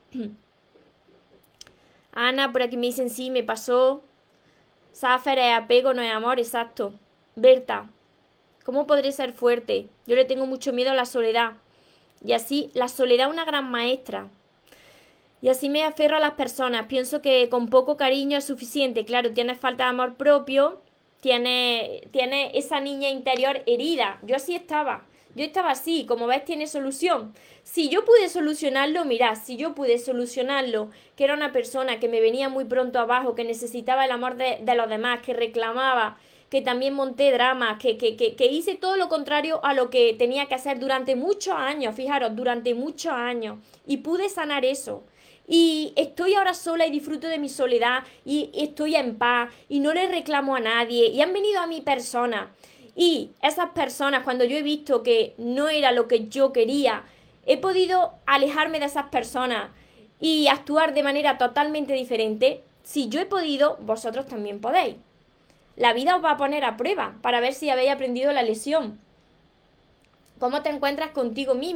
Ana, por aquí me dicen sí, me pasó. Safer es apego, no es amor, exacto. Berta, ¿cómo podré ser fuerte? Yo le tengo mucho miedo a la soledad. Y así, la soledad es una gran maestra. Y así me aferro a las personas. Pienso que con poco cariño es suficiente. Claro, tienes falta de amor propio, tienes, tienes esa niña interior herida. Yo así estaba. Yo estaba así. Como ves, tiene solución. Si yo pude solucionarlo, mirad, si yo pude solucionarlo, que era una persona que me venía muy pronto abajo, que necesitaba el amor de, de los demás, que reclamaba, que también monté dramas, que, que, que, que hice todo lo contrario a lo que tenía que hacer durante muchos años, fijaros, durante muchos años, y pude sanar eso. Y estoy ahora sola y disfruto de mi soledad, y estoy en paz, y no le reclamo a nadie, y han venido a mi persona. Y esas personas, cuando yo he visto que no era lo que yo quería, he podido alejarme de esas personas y actuar de manera totalmente diferente. Si yo he podido, vosotros también podéis. La vida os va a poner a prueba para ver si habéis aprendido la lección. ¿Cómo te encuentras contigo misma?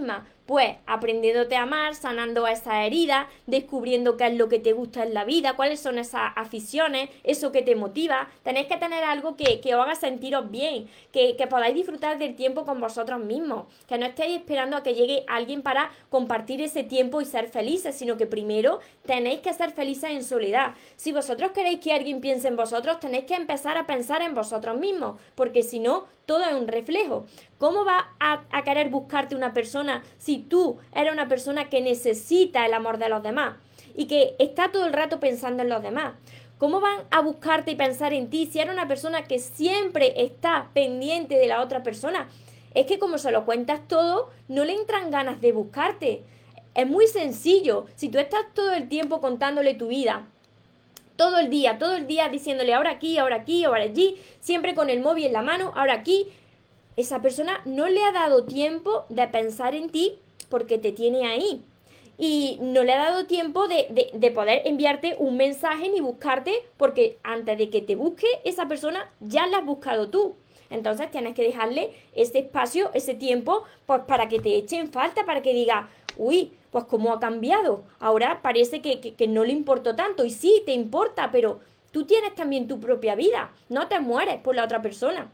Pues aprendiéndote a amar, sanando esas heridas, descubriendo qué es lo que te gusta en la vida, cuáles son esas aficiones, eso que te motiva. Tenéis que tener algo que, que os haga sentiros bien, que, que podáis disfrutar del tiempo con vosotros mismos, que no estéis esperando a que llegue alguien para compartir ese tiempo y ser felices, sino que primero tenéis que ser felices en soledad. Si vosotros queréis que alguien piense en vosotros, tenéis que empezar a pensar en vosotros mismos, porque si no, todo es un reflejo. ¿Cómo va a, a querer buscarte una persona si tú eres una persona que necesita el amor de los demás y que está todo el rato pensando en los demás? ¿Cómo van a buscarte y pensar en ti si eres una persona que siempre está pendiente de la otra persona? Es que como se lo cuentas todo, no le entran ganas de buscarte. Es muy sencillo. Si tú estás todo el tiempo contándole tu vida, todo el día, todo el día diciéndole ahora aquí, ahora aquí, ahora allí, siempre con el móvil en la mano, ahora aquí, esa persona no le ha dado tiempo de pensar en ti porque te tiene ahí. Y no le ha dado tiempo de, de, de poder enviarte un mensaje ni buscarte, porque antes de que te busque esa persona ya la has buscado tú. Entonces tienes que dejarle ese espacio, ese tiempo, pues para que te echen falta, para que diga, uy, pues cómo ha cambiado. Ahora parece que, que, que no le importó tanto. Y sí, te importa, pero tú tienes también tu propia vida. No te mueres por la otra persona.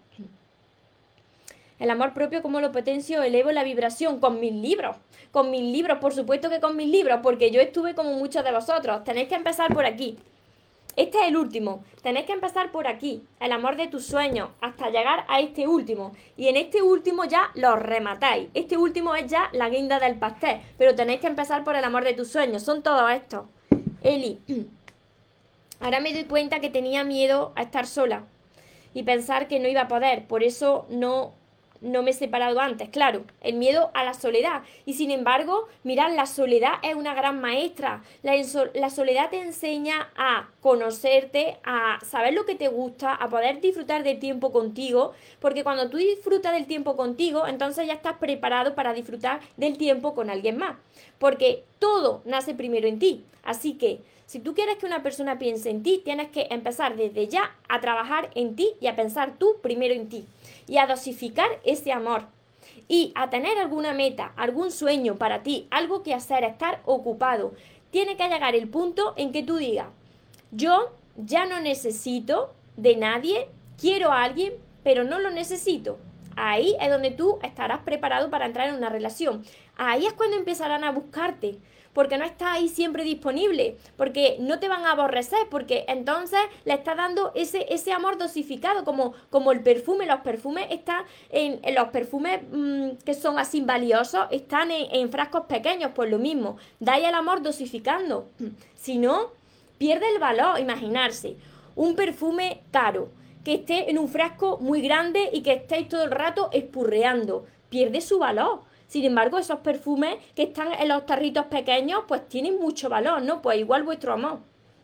El amor propio, ¿cómo lo potencio? Elevo la vibración con mis libros. Con mis libros, por supuesto que con mis libros, porque yo estuve como muchos de vosotros. Tenéis que empezar por aquí. Este es el último. Tenéis que empezar por aquí. El amor de tus sueños, hasta llegar a este último. Y en este último ya lo rematáis. Este último es ya la guinda del pastel. Pero tenéis que empezar por el amor de tus sueños. Son todos estos. Eli, ahora me doy cuenta que tenía miedo a estar sola y pensar que no iba a poder. Por eso no... no me he separado antes, claro, el miedo a la soledad. Y sin embargo, mirad, la soledad es una gran maestra. La, la soledad te enseña a conocerte, a saber lo que te gusta, a poder disfrutar del tiempo contigo, porque cuando tú disfrutas del tiempo contigo, entonces ya estás preparado para disfrutar del tiempo con alguien más, porque todo nace primero en ti. Así que, si tú quieres que una persona piense en ti, tienes que empezar desde ya a trabajar en ti y a pensar tú primero en ti. Y a dosificar ese amor. Y a tener alguna meta, algún sueño para ti, algo que hacer, estar ocupado. Tiene que llegar el punto en que tú digas, yo ya no necesito de nadie, quiero a alguien, pero no lo necesito. Ahí es donde tú estarás preparado para entrar en una relación. Ahí es cuando empezarán a buscarte, porque no estás ahí siempre disponible, porque no te van a aborrecer, porque entonces le estás dando ese, ese amor dosificado, como, como el perfume. Los perfumes están en, en los perfumes mmm, que son así valiosos, están en, en frascos pequeños, pues lo mismo, dais el amor dosificando. Si no, pierde el valor. Imaginarse un perfume caro que esté en un frasco muy grande y que estéis todo el rato espurreando, pierde su valor. Sin embargo, esos perfumes que están en los tarritos pequeños, pues tienen mucho valor, ¿no? Pues igual vuestro amor.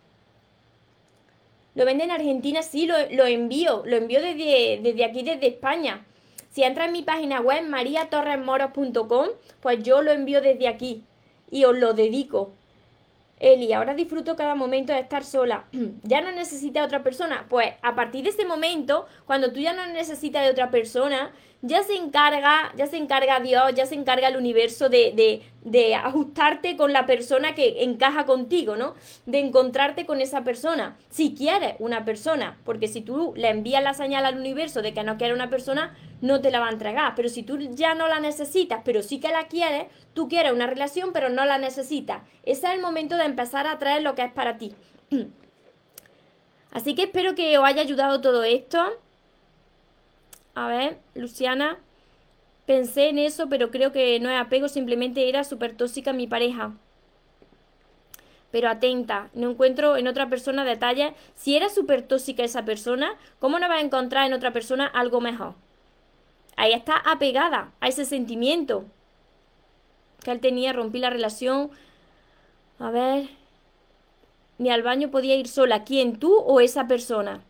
¿Lo venden en Argentina? Sí, lo, lo envío. Lo envío desde, desde aquí, desde España. Si entras en mi página web, maria torres moros punto com, pues yo lo envío desde aquí y os lo dedico. Eli, ahora disfruto cada momento de estar sola. ¿Ya no necesitas a otra persona? Pues a partir de ese momento, cuando tú ya no necesitas de otra persona, ya se encarga, ya se encarga Dios, ya se encarga el universo de, de, de ajustarte con la persona que encaja contigo, ¿no? De encontrarte con esa persona, si quieres una persona, porque si tú le envías la señal al universo de que no quieres una persona, no te la va a entregar. Pero si tú ya no la necesitas, pero sí que la quieres, tú quieres una relación, pero no la necesitas. Ese es el momento de empezar a traer lo que es para ti. Así que espero que os haya ayudado todo esto. A ver, Luciana, pensé en eso, pero creo que no es apego, simplemente era súper tóxica mi pareja. Pero atenta, no encuentro en otra persona detalles. Si era súper tóxica esa persona, ¿cómo no va a encontrar en otra persona algo mejor? Ahí está apegada a ese sentimiento que él tenía, rompí la relación. A ver, ni al baño podía ir sola. ¿Quién, tú o esa persona?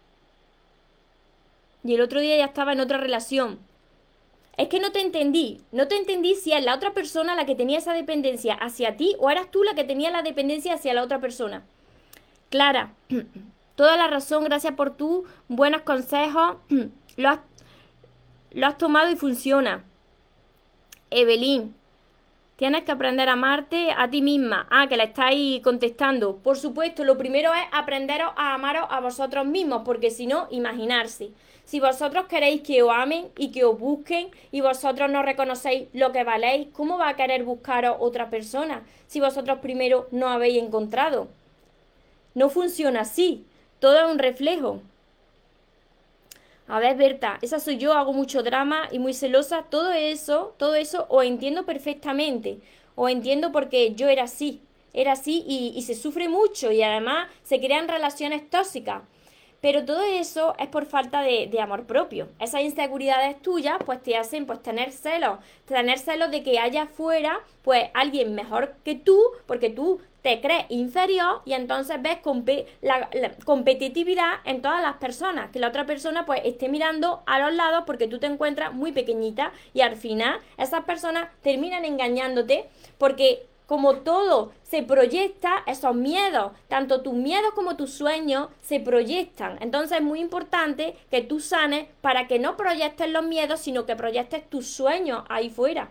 Y el otro día ya estaba en otra relación. Es que no te entendí. No te entendí si es la otra persona la que tenía esa dependencia hacia ti o eras tú la que tenía la dependencia hacia la otra persona. Clara, toda la razón, gracias por tus buenos consejos. Lo has, lo has tomado y funciona. Evelyn, Tienes que aprender a amarte a ti misma. Ah, que le estáis contestando. Por supuesto, lo primero es aprenderos a amaros a vosotros mismos, porque si no, imaginarse. Si vosotros queréis que os amen y que os busquen y vosotros no reconocéis lo que valéis, ¿cómo va a querer buscaros otra persona si vosotros primero no habéis encontrado? No funciona así. Todo es un reflejo. A ver, Berta, esa soy yo, hago mucho drama y muy celosa. Todo eso, todo eso os entiendo perfectamente. Os entiendo porque yo era así. Era así y, y se sufre mucho y además se crean relaciones tóxicas. Pero todo eso es por falta de, de amor propio. Esas inseguridades tuyas pues te hacen pues tener celos. Tener celos de que haya afuera pues alguien mejor que tú, porque tú te crees inferior y entonces ves comp- la, la competitividad en todas las personas. Que la otra persona pues esté mirando a los lados porque tú te encuentras muy pequeñita y al final esas personas terminan engañándote porque como todo se proyecta, esos miedos, tanto tus miedos como tus sueños se proyectan. Entonces es muy importante que tú sanes para que no proyectes los miedos, sino que proyectes tus sueños ahí fuera.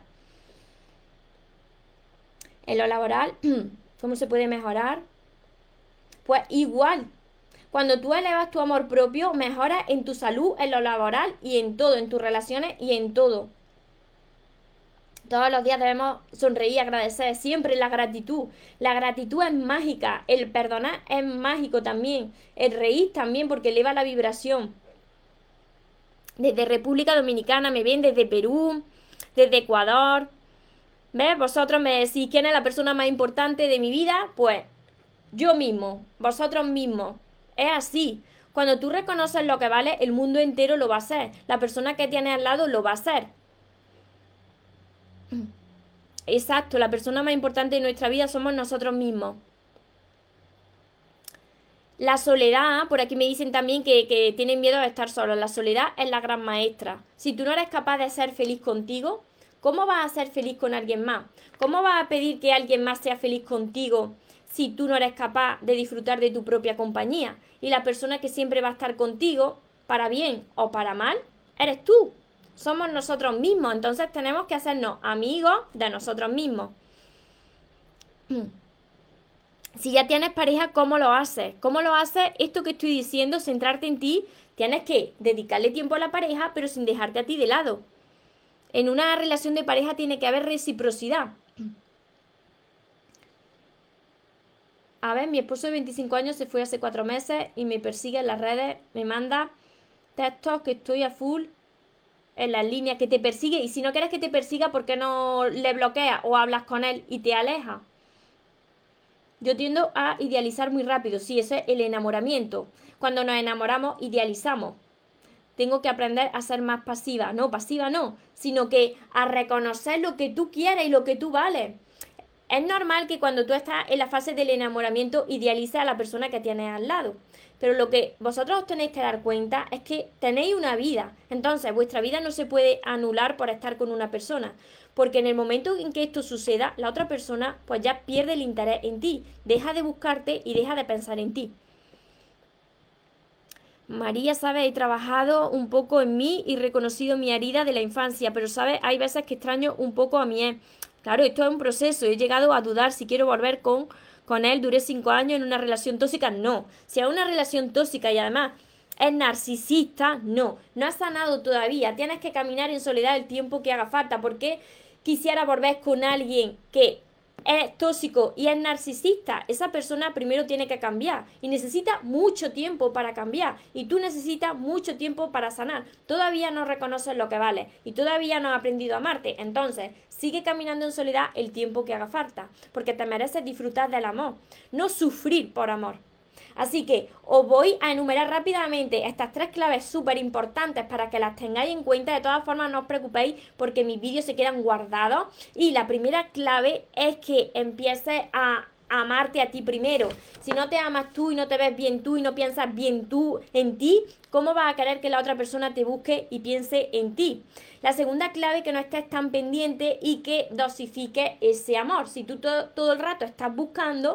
En lo laboral, ¿cómo se puede mejorar? Pues igual. Cuando tú elevas tu amor propio, mejoras en tu salud, en lo laboral y en todo, en tus relaciones y en todo. Todos los días debemos sonreír, agradecer, siempre la gratitud. La gratitud es mágica, el perdonar es mágico también, el reír también porque eleva la vibración. Desde República Dominicana me ven, desde Perú, desde Ecuador. ¿Ves? Vosotros me decís quién es la persona más importante de mi vida, pues yo mismo, vosotros mismos. Es así. Cuando tú reconoces lo que vale, el mundo entero lo va a hacer. La persona que tienes al lado lo va a hacer. Exacto, la persona más importante de nuestra vida somos nosotros mismos. La soledad, por aquí me dicen también que, que tienen miedo a estar solos. La soledad es la gran maestra. Si tú no eres capaz de ser feliz contigo, ¿cómo vas a ser feliz con alguien más? ¿Cómo vas a pedir que alguien más sea feliz contigo si tú no eres capaz de disfrutar de tu propia compañía? Y la persona que siempre va a estar contigo, para bien o para mal, eres tú. Somos nosotros mismos, entonces tenemos que hacernos amigos de nosotros mismos. Si ya tienes pareja, ¿cómo lo haces? ¿Cómo lo haces? Esto que estoy diciendo, centrarte en ti, tienes que dedicarle tiempo a la pareja, pero sin dejarte a ti de lado. En una relación de pareja tiene que haber reciprocidad. A ver, mi esposo de veinticinco años se fue hace cuatro meses y me persigue en las redes, me manda textos que estoy a full en las líneas, que te persigue, y si no quieres que te persiga, ¿por qué no le bloqueas o hablas con él y te alejas? Yo tiendo a idealizar muy rápido, sí, eso es el enamoramiento. Cuando nos enamoramos, idealizamos. Tengo que aprender a ser más pasiva, no, pasiva no, sino que a reconocer lo que tú quieres y lo que tú vales. Es normal que cuando tú estás en la fase del enamoramiento idealices a la persona que tienes al lado. Pero lo que vosotros os tenéis que dar cuenta es que tenéis una vida. Entonces, vuestra vida no se puede anular por estar con una persona. Porque en el momento en que esto suceda, la otra persona pues ya pierde el interés en ti. Deja de buscarte y deja de pensar en ti. María, ¿sabes? He trabajado un poco en mí y reconocido mi herida de la infancia. Pero, ¿sabes? Hay veces que extraño un poco a mi ex. Claro, esto es un proceso. He llegado a dudar si quiero volver con... Con él duré cinco años en una relación tóxica, no. Si es una relación tóxica y además es narcisista, no. No has sanado todavía. Tienes que caminar en soledad el tiempo que haga falta. Porque quisiera volver con alguien que es tóxico y es narcisista? Esa persona primero tiene que cambiar y necesita mucho tiempo para cambiar. Y tú necesitas mucho tiempo para sanar. Todavía no reconoces lo que vale y todavía no has aprendido a amarte. Entonces, sigue caminando en soledad el tiempo que haga falta, porque te mereces disfrutar del amor, no sufrir por amor. Así que os voy a enumerar rápidamente estas tres claves súper importantes para que las tengáis en cuenta. De todas formas, no os preocupéis porque mis vídeos se quedan guardados. Y la primera clave es que empieces a amarte a ti primero. Si no te amas tú y no te ves bien tú y no piensas bien tú en ti, ¿cómo vas a querer que la otra persona te busque y piense en ti? La segunda clave, que no estés tan pendiente y que dosifiques ese amor. Si tú todo, todo el rato estás buscando,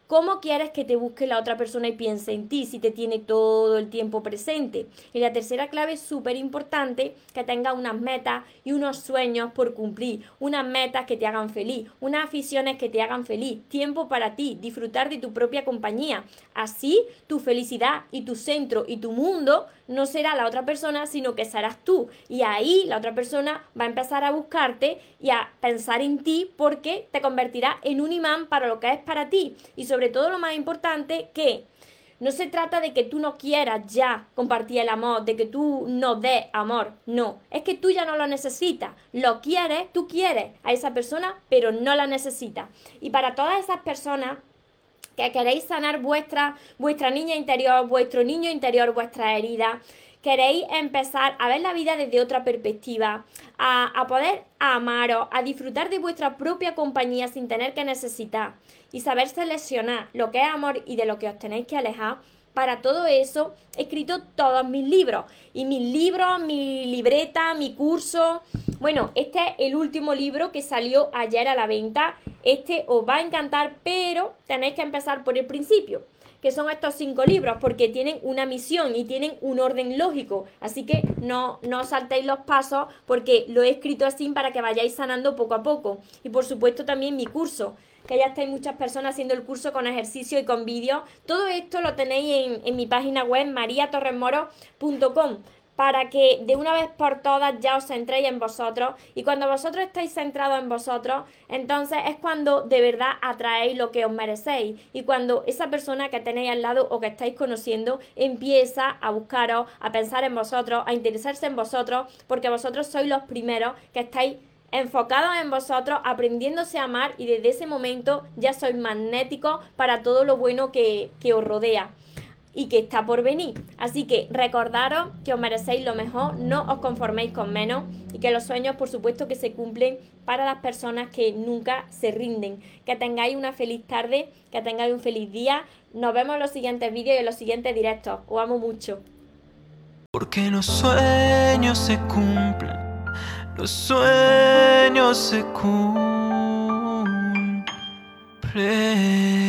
¿Cómo quieres que te busque la otra persona y piense en ti si te tiene todo el tiempo presente? Y la tercera clave es súper importante, que tengas unas metas y unos sueños por cumplir, unas metas que te hagan feliz, unas aficiones que te hagan feliz, tiempo para ti, disfrutar de tu propia compañía. Así tu felicidad y tu centro y tu mundo no será la otra persona, sino que serás tú. Y ahí la otra persona va a empezar a buscarte y a pensar en ti porque te convertirá en un imán para lo que es para ti. Y sobre todo lo más importante, que no se trata de que tú no quieras ya compartir el amor, de que tú no des amor, no. Es que tú ya no lo necesitas. Lo quieres, tú quieres a esa persona, pero no la necesitas. Y para todas esas personas que queréis sanar vuestra, vuestra niña interior, vuestro niño interior, vuestras heridas, queréis empezar a ver la vida desde otra perspectiva, a, a poder amaros, a disfrutar de vuestra propia compañía sin tener que necesitar y saber seleccionar lo que es amor y de lo que os tenéis que alejar. Para todo eso he escrito todos mis libros, y mis libros, mi libreta, mi curso. Bueno, este es el último libro que salió ayer a la venta. Este os va a encantar, pero tenéis que empezar por el principio, que son estos cinco libros, porque tienen una misión y tienen un orden lógico. Así que no, no saltéis los pasos, porque lo he escrito así para que vayáis sanando poco a poco. Y por supuesto también mi curso, que ya estáis muchas personas haciendo el curso con ejercicio y con vídeos. Todo esto lo tenéis en, en mi página web, maria torres moro punto com, para que de una vez por todas ya os centréis en vosotros. Y cuando vosotros estáis centrados en vosotros, entonces es cuando de verdad atraéis lo que os merecéis. Y cuando esa persona que tenéis al lado o que estáis conociendo empieza a buscaros, a pensar en vosotros, a interesarse en vosotros, porque vosotros sois los primeros que estáis enfocados en vosotros, aprendiéndose a amar, y desde ese momento ya sois magnéticos para todo lo bueno que, que os rodea y que está por venir. Así que recordaros que os merecéis lo mejor, no os conforméis con menos, y que los sueños por supuesto que se cumplen para las personas que nunca se rinden. Que tengáis una feliz tarde, que tengáis un feliz día. Nos vemos en los siguientes vídeos y en los siguientes directos. Os amo mucho. Porque los sueños se cumplen, los sueños se cumplen.